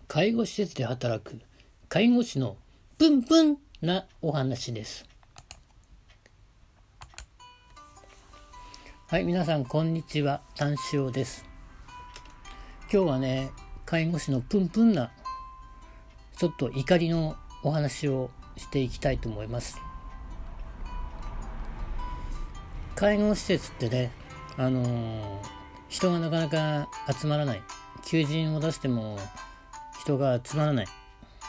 介護施設で働く介護士のプンプンなお話です。はい、皆さんこんにちは、タンシオです。今日はね、介護士のプンプンなちょっと怒りのお話をしていきたいと思います。介護施設ってね、人がなかなか集まらない、求人を出しても人が集まらない、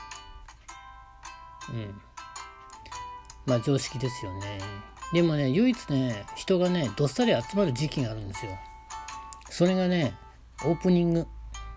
常識ですよね。でもね、唯一ね、人がねどっさり集まる時期があるんですよ。それがね、オープニング、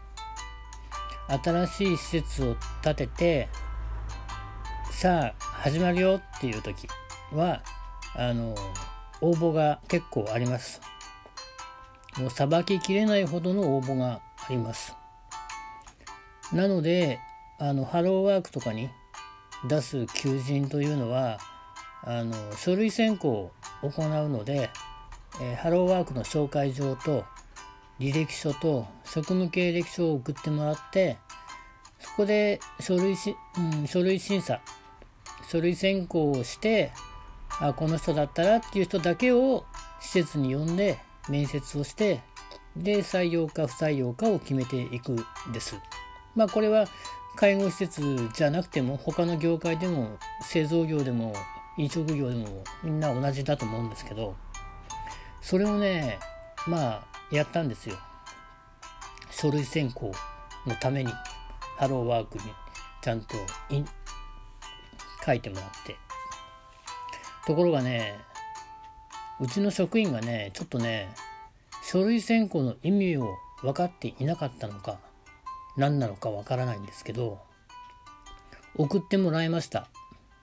新しい施設を建ててさあ始まるよっていう時は応募が結構あります。もうさばききれないほどの応募があります。なのでハローワークとかに出す求人というのは書類選考を行うので、ハローワークの紹介状と履歴書と職務経歴書を送ってもらって、そこで書類審査、書類選考をして、この人だったらっていう人だけを施設に呼んで面接をして、で採用か不採用かを決めていくんです。これは介護施設じゃなくても他の業界でも製造業でも飲食業でもみんな同じだと思うんですけど、それをねやったんですよ。書類選考のためにハローワークにちゃんと書いてもらって、ところがね、うちの職員がねちょっとね書類選考の意味を分かっていなかったのか何なのか分からないんですけど、送ってもらいました。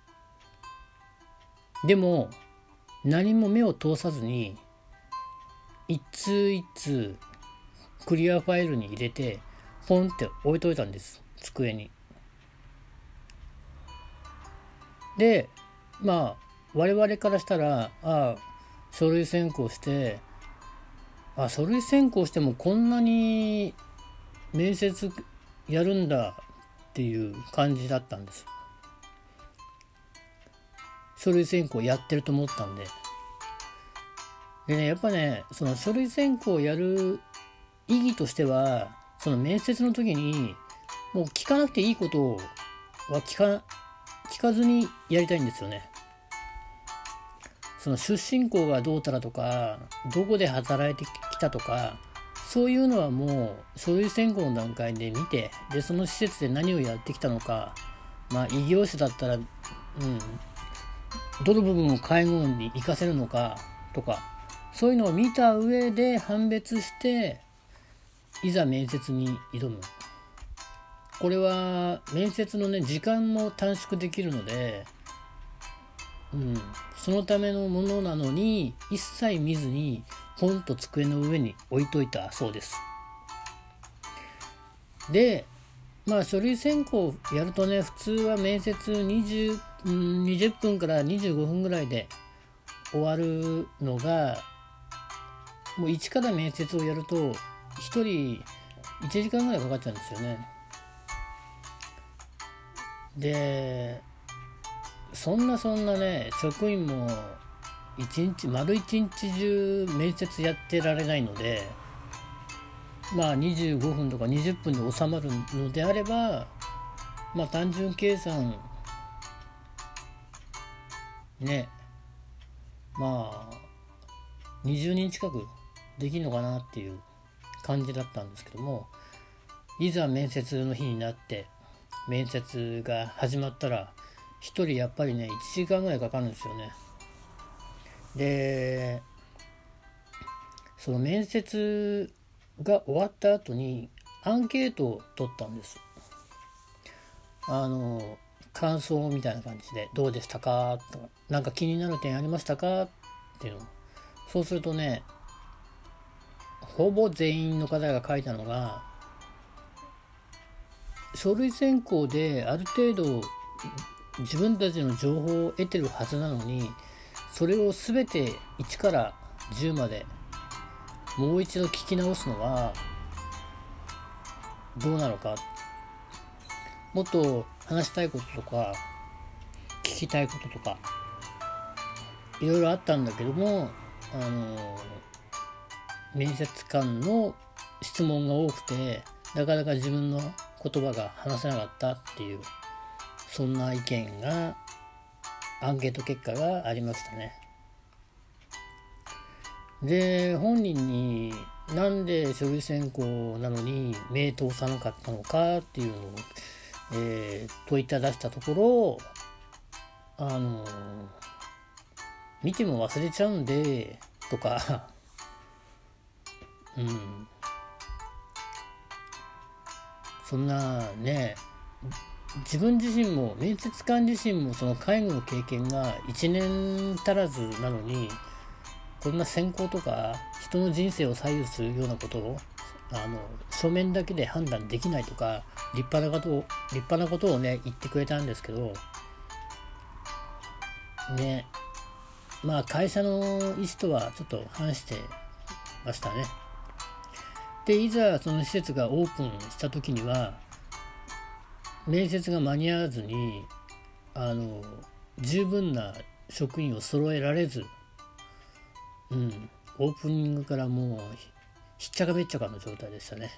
でも何も目を通さずに一通一通クリアファイルに入れてポンって置いといたんです、机に。で我々からしたら書類選考して書類選考してもこんなに面接やるんだっていう感じだったんです。書類選考やってると思ったんで。でね、やっぱね、その書類選考をやる意義としては、その面接の時にもう聞かなくていいことは聞かずにやりたいんですよね。その出身校がどうたらとか、どこで働いてきたとか、そういうのはもう書類選考の段階で見て、でその施設で何をやってきたのか、異業種だったらどの部分を介護に活かせるのかとか、そういうのを見た上で判別していざ面接に挑む。これは面接のね時間も短縮できるので、そのためのものなのに一切見ずにポンと机の上に置いといたそうです。で書類選考やるとね、普通は面接20分から25分ぐらいで終わるのが、もう一から面接をやると1人1時間ぐらいかかっちゃうんですよね。でそんなね、職員も丸一日中面接やってられないので、25分とか20分で収まるのであれば、単純計算ね、20人近くできるのかなっていう感じだったんですけども、いざ面接の日になって面接が始まったら1人やっぱりね1時間ぐらいかかるんですよね。でその面接が終わった後にアンケートを取ったんです。感想みたいな感じで、どうでしたかとか、なんか気になる点ありましたかっていうの。そうするとね、ほぼ全員の方が書いたのが、書類選考である程度自分たちの情報を得てるはずなのに、それを全て1から10までもう一度聞き直すのはどうなのか、 もっと話したいこととか聞きたいこととかいろいろあったんだけども、面接官の質問が多くてなかなか自分の言葉が話せなかったっていう、そんな意見がアンケート結果がありましたね。で、本人になんで書類選考なのに目通さなかったのかっていうのを、問いただしたところ、見ても忘れちゃうんでとかそんなね、自分自身も面接官自身もその介護の経験が1年足らずなのに、こんな選考とか人の人生を左右するようなことを書面だけで判断できないとか立派なことをね言ってくれたんですけどね、まあ会社の意思とはちょっと反してましたね。で、いざその施設がオープンした時には面接が間に合わずに十分な職員を揃えられず、オープニングからもうひっちゃかめっちゃかの状態でしたね。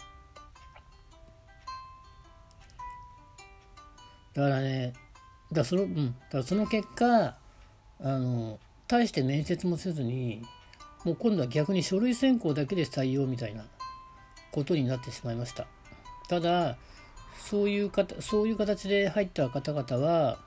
だからね、その結果大して面接もせずに、もう今度は逆に書類選考だけで採用みたいなことになってしまいました。ただそういう形で入った方々は、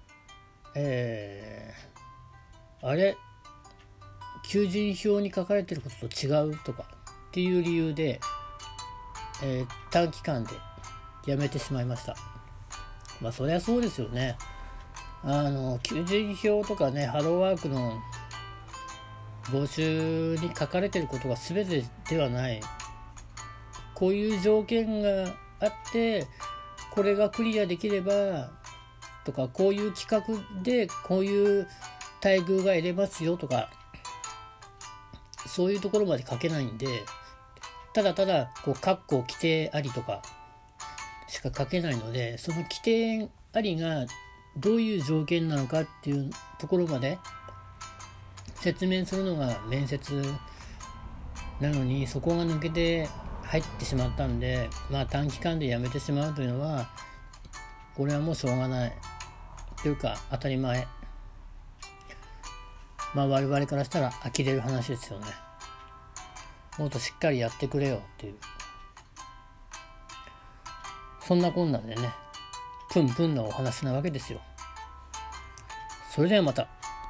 あれ求人票に書かれてることと違うとかっていう理由で、短期間で辞めてしまいました。まあそりゃそうですよね。求人票とかね、ハローワークの募集に書かれてることが全てではない。こういう条件があってこれがクリアできればとか、こういう企画でこういう待遇が得れますよとか、そういうところまで書けないんで、ただただこう括弧規定ありとかしか書けないので、その規定ありがどういう条件なのかっていうところまで説明するのが面接なのに、そこが抜けて入ってしまったんで、まあ短期間で辞めてしまうというのはこれはもうしょうがないというか当たり前。まあ我々からしたら呆れる話ですよね。もっとしっかりやってくれよっていう、そんなこんなんでね、プンプンなお話なわけですよ。それではまた。